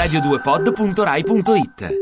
radio2pod.rai.it.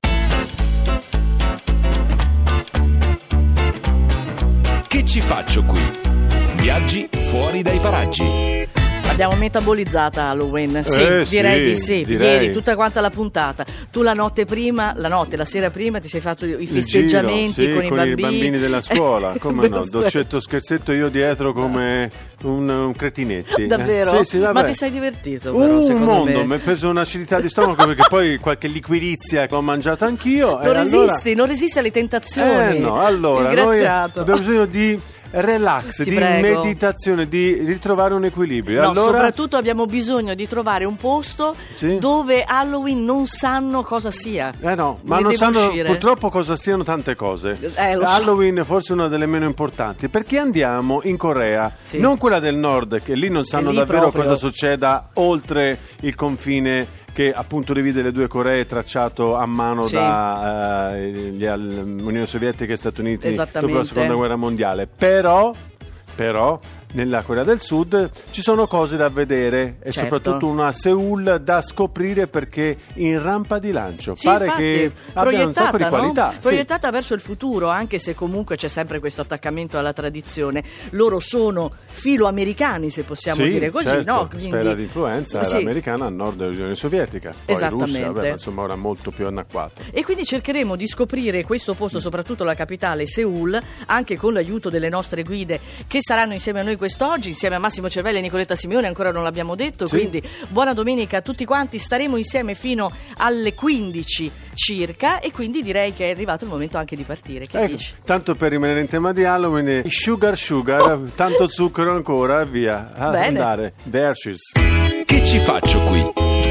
Che ci faccio qui? Viaggi fuori dai paraggi. Abbiamo metabolizzata Halloween, sì, direi di sì. Ieri tutta quanta la puntata. Tu la sera prima ti sei fatto i festeggiamenti con i bambini della scuola. Come no? Dolcetto scherzetto, io dietro come un cretinetti. Davvero? Sì, vabbè. Ma ti sei divertito però, un mondo, me. mi è preso un'acidità di stomaco perché poi qualche liquirizia l'ho mangiata anch'io. Non resisti alle tentazioni. No, allora noi abbiamo bisogno di relax, Ti di prego. meditazione, di ritrovare un equilibrio. No, allora, soprattutto abbiamo bisogno di trovare un posto dove Halloween non sanno cosa sia. No, ma non sanno purtroppo cosa siano tante cose. Halloween è forse una delle meno importanti, perché andiamo in Corea, non quella del nord, che lì non sanno davvero cosa succeda oltre il confine che appunto divide le due Coree, tracciato a mano da Unione Sovietica e Stati Uniti dopo la seconda guerra mondiale. Però nella Corea del Sud ci sono cose da vedere e soprattutto una Seul da scoprire, perché in rampa di lancio pare che abbia un sacco di qualità, proiettata verso il futuro, anche se comunque c'è sempre questo attaccamento alla tradizione. Loro sono filo-americani, se possiamo dire così, no? Quindi sfera di influenza era americana a nord dell'Unione Sovietica, poi Russia, insomma ora molto più anacquato. E quindi cercheremo di scoprire questo posto, soprattutto la capitale Seul, anche con l'aiuto delle nostre guide che saranno insieme a noi quest'oggi, insieme a Massimo Cervelli e Nicoletta Simeone, ancora non l'abbiamo detto, quindi buona domenica a tutti quanti, staremo insieme fino alle 15 circa e quindi direi che è arrivato il momento anche di partire. Che dici? Tanto per rimanere in tema di Halloween, sugar, tanto zucchero ancora e via, andare, Versus. Che ci faccio qui?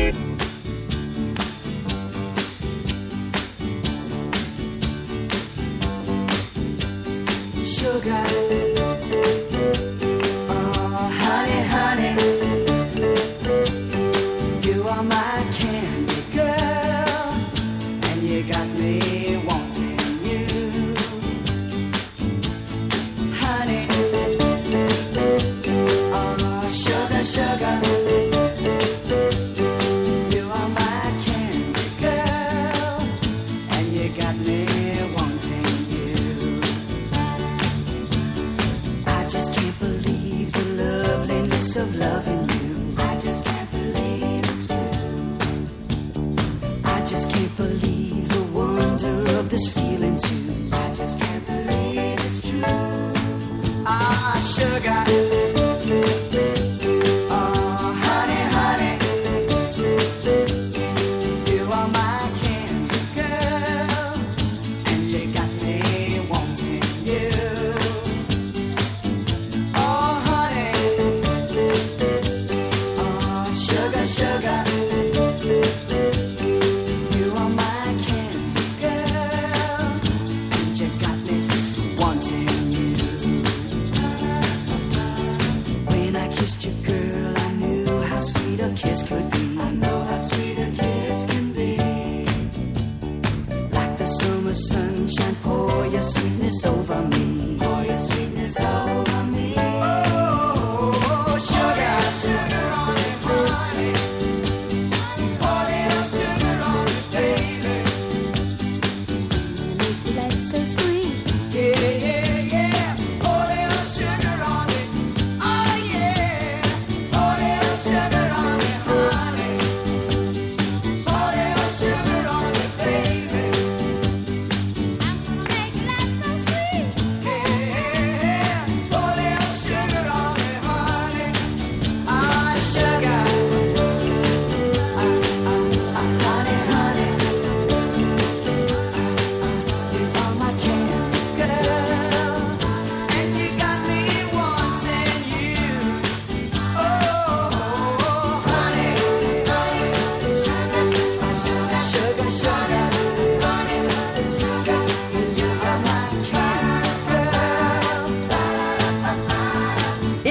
Sugar. Of loving you, I just can't believe it's true. I just can't believe the wonder of this feeling too. I just can't believe it's true. Ah, sugar. Kiss could be. I know how sweet a kiss can be. Like the summer sunshine, pour your sweetness over me. Pour your sweetness over me. Oh, sugar, sugar on it, honey. Pour little sugar on it, baby. Make your life so sweet. Yeah, yeah, yeah. Pour little sugar on it. Oh, yeah. Pour little sugar on it, honey.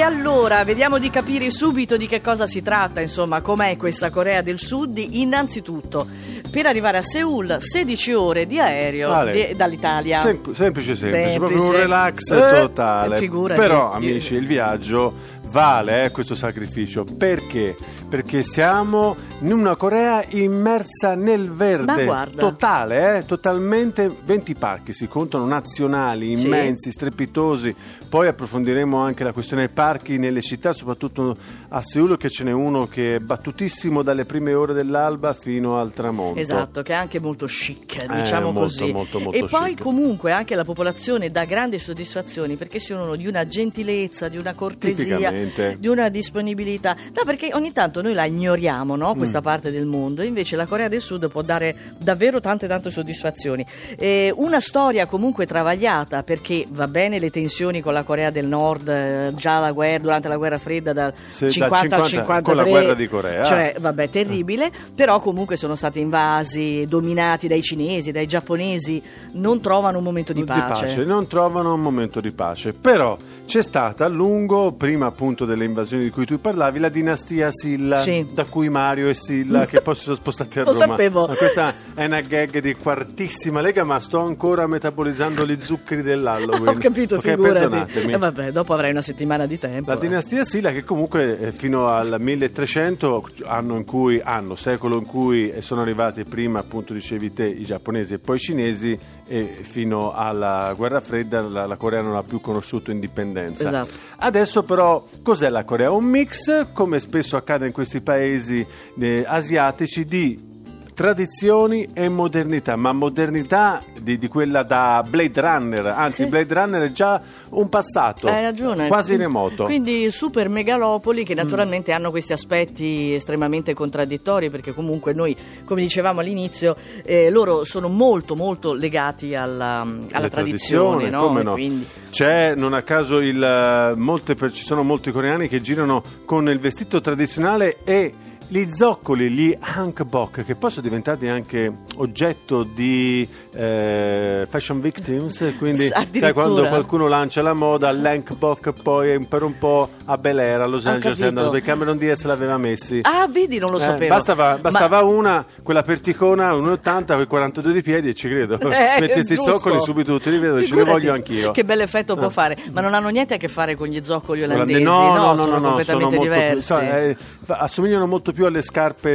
allora, vediamo di capire subito di che cosa si tratta, insomma, com'è questa Corea del Sud. Innanzitutto, per arrivare a Seul, 16 ore di aereo dall'Italia. Semplice, proprio un relax totale. Figurati. Però, amici, il viaggio vale questo sacrificio. Perché? Perché siamo in una Corea immersa nel verde. Totale, totalmente. 20 parchi si contano, nazionali, immensi, strepitosi. Poi approfondiremo anche la questione dei parchi nelle città, soprattutto a Seul, che ce n'è uno che è battutissimo dalle prime ore dell'alba fino al tramonto. Esatto, che è anche molto chic, diciamo così. Molto e poi chic. Comunque anche la popolazione dà grandi soddisfazioni, perché sono di una gentilezza, di una cortesia, di una disponibilità. No, perché ogni tanto noi la ignoriamo, no? Questa parte del mondo. Invece la Corea del Sud può dare davvero tante soddisfazioni. Una storia comunque travagliata, perché va bene le tensioni con la Corea del Nord, già durante la guerra fredda dal 50 al 53, con la guerra di Corea, cioè vabbè, terribile. Però comunque sono stati invasi, dominati dai cinesi, dai giapponesi, non trovano un momento di pace. Non trovano un momento di pace. Però c'è stata a lungo, prima appunto delle invasioni di cui tu parlavi, la dinastia Silla, da cui Mario e Silla che poi si sono spostati a Roma. Lo sapevo. Ma questa è una gag di quartissima lega, ma sto ancora metabolizzando gli zuccheri dell'Halloween. Ho capito, okay, figurati. Perdonatemi. Vabbè, dopo avrai una settimana di tempo. La dinastia Silla, che comunque fino al 1300, secolo in cui sono arrivati prima, appunto dicevi te, i giapponesi e poi i cinesi, e fino alla guerra fredda la Corea non ha più conosciuto indipendenza. Esatto. Adesso però cos'è la Corea? Un mix, come spesso accade in questi paesi asiatici, di tradizioni e modernità, ma modernità di quella da Blade Runner, anzi Blade Runner è già un passato. Hai ragione, quasi remoto. Quindi super megalopoli che naturalmente hanno questi aspetti estremamente contraddittori, perché comunque noi, come dicevamo all'inizio, loro sono molto molto legati alla tradizione, no? Come no? Quindi... C'è, non a caso, ci sono molti coreani che girano con il vestito tradizionale e gli zoccoli, gli hanbok, che poi sono diventati anche oggetto di fashion victims, quindi sai quando qualcuno lancia la moda, l'hanbok poi per un po' a Bel Air, a Los Angeles è andato, perché Cameron Diaz l'aveva messi. Ah, vedi, non lo sapevo. Bastava una, quella perticona, 1,80 per 42 di piedi, e ci credo. Metti questi zoccoli, subito te li vedo, ce li voglio anch'io. Che bell'effetto può fare, ma non hanno niente a che fare con gli zoccoli olandesi, no, sono completamente diversi. Assomigliano molto più alle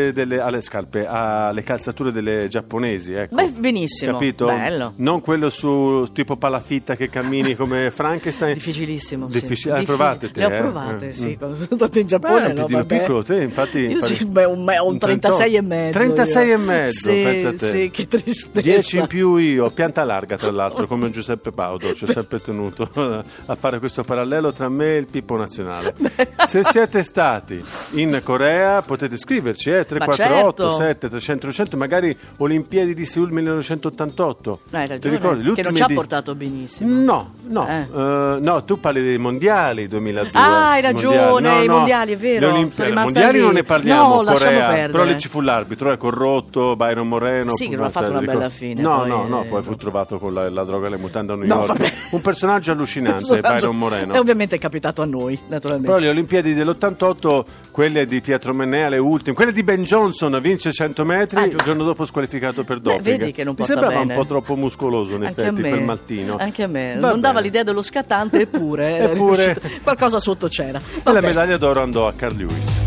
calzature delle giapponesi, ecco. Beh, benissimo, capito? Bello. Non quello su tipo palafitta che cammini come Frankenstein. Difficilissimo. Hai provate te? Le ho provate, sì, quando sono andata in Giappone. Un piccolo piccolo, te, infatti. Io ho un 36,5. 36,5, pensa te. Sì, che tristezza. 10 in più io, pianta larga tra l'altro, come Giuseppe Paudo, ci ho sempre tenuto a fare questo parallelo tra me e il Pippo Nazionale. Se siete stati in Corea potete scriverci 348 7 300 100, magari Olimpiadi di Seul 1988. Hai ragione, ti ricordi? che non ci ha portato benissimo. No, tu parli dei mondiali 2002. Ah, hai ragione, i mondiali, è vero. I mondiali non ne parliamo, no, Corea, però lì ci fu l'arbitro, corrotto, Byron Moreno. Sì, che non ha fatto una bella fine. No, poi fu trovato con la droga e le mutande a New York. Un personaggio allucinante, Byron Moreno. E ovviamente è capitato a noi, naturalmente. Però le Olimpiadi dell'88, quelle di Pietro Mennea, le ultime, quelle di Ben Johnson, vince 100 metri, il giorno dopo squalificato per doping. Vedi che non porta mi sembrava bene. Un po' troppo muscoloso, in anche effetti, quel maltino. Anche a me. Non dava l'idea dello scattante, eppure qualcosa sotto c'era. E la medaglia d'oro andò a Carl Lewis.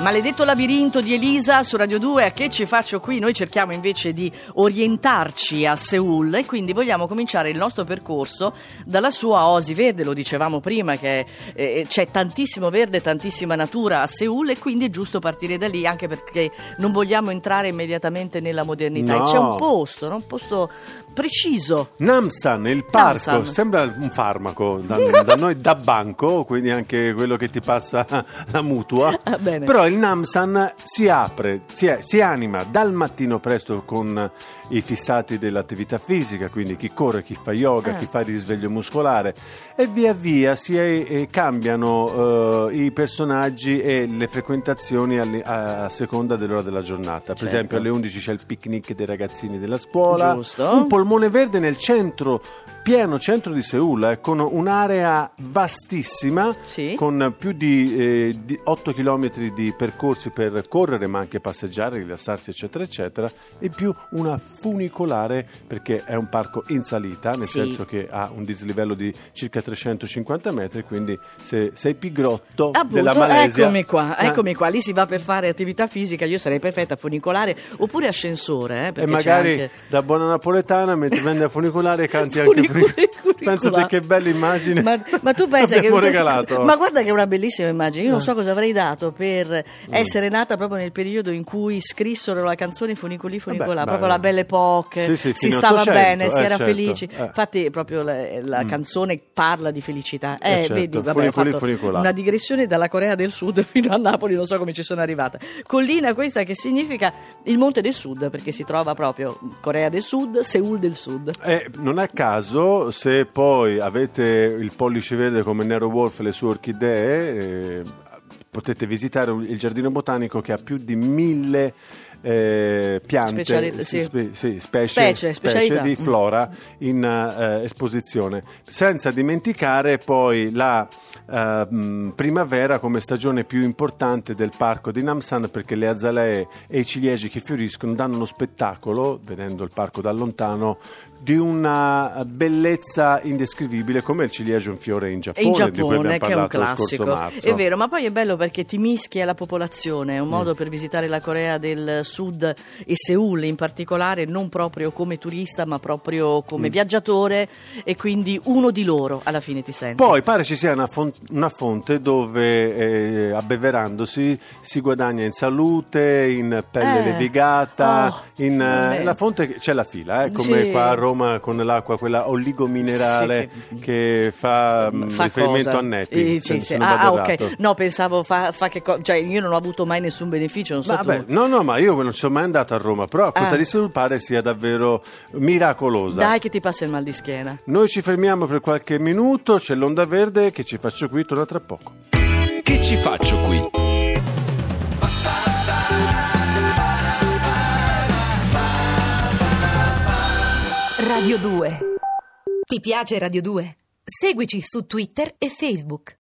Maledetto labirinto di Elisa su Radio 2, a che ci faccio qui? Noi cerchiamo invece di orientarci a Seul e quindi vogliamo cominciare il nostro percorso dalla sua oasi verde. Lo dicevamo prima che c'è tantissimo verde, tantissima natura a Seul e quindi è giusto partire da lì, anche perché non vogliamo entrare immediatamente nella modernità. No. E c'è un posto, no? Un posto preciso. Namsan, il parco, Namsan. sembra un farmaco da noi, da banco, quindi anche quello che ti passa la mutua. Ah, bene. Però il Namsan si apre, si anima dal mattino presto con i fissati dell'attività fisica, quindi chi corre, chi fa yoga, chi fa il risveglio muscolare, e via via cambiano i personaggi e le frequentazioni a seconda dell'ora della giornata. Per esempio alle 11 c'è il picnic dei ragazzini della scuola. Giusto. Un polmone verde nel centro, pieno centro di Seul, con un'area vastissima, Sì. con più di 8 chilometri di percorsi per correre, ma anche passeggiare, rilassarsi, eccetera, eccetera, e più una funicolare, perché è un parco in salita, nel Sì. senso che ha un dislivello di circa 350 metri, quindi se sei pigrotto della Malesia... Eccomi qua, lì si va per fare attività fisica, io sarei perfetta a funicolare oppure ascensore, E perché magari c'è anche... da buona napoletana, mentre vendi a funicolare, canti anche prima. Pensate che bella immagine. Ma tu pensa abbiamo che regalato. Ma guarda che è una bellissima immagine. Io non so cosa avrei dato per essere nata proprio nel periodo in cui scrissero la canzone Funicoli Funicolà, proprio la Belle Époque. Sì, si fino stava 800, bene, si era certo. felici. Infatti proprio la canzone parla di felicità. Certo. Vedi, vabbè, ho fatto Funicolà. una digressione dalla Corea del Sud fino a Napoli, non so come ci sono arrivata. Collina questa che significa il Monte del Sud, perché si trova proprio Corea del Sud, Seul del Sud. Non a caso, se poi avete il pollice verde come Nero Wolf e le sue orchidee, potete visitare il giardino botanico che ha più di 1000 piante, specie di flora in esposizione, senza dimenticare poi la primavera come stagione più importante del parco di Namsan, perché le azalee e i ciliegi che fioriscono danno uno spettacolo, vedendo il parco da lontano, di una bellezza indescrivibile, come il ciliegio in fiore in Giappone, di cui abbiamo che è un parlato lo scorso classico. marzo. È vero, ma poi è bello perché ti mischia la popolazione, è un modo per visitare la Corea del Sud e Seul in particolare, non proprio come turista ma proprio come viaggiatore, e quindi uno di loro alla fine ti senti. Poi pare ci sia una fonte dove abbeverandosi si guadagna in salute, in pelle levigata, la fonte, c'è la fila, come qua a Roma con l'acqua, quella oligominerale che fa riferimento a Nepi. Ok. No, pensavo fa che cioè io non ho avuto mai nessun beneficio, non so tu. No, ma io non sono mai andato a Roma, però questa di Seul pare sia davvero miracolosa. Dai che ti passa il mal di schiena. Noi ci fermiamo per qualche minuto, c'è l'Onda Verde che ci faccio qui, torna tra poco. Che ci faccio qui? Radio 2. Ti piace Radio 2? Seguici su Twitter e Facebook.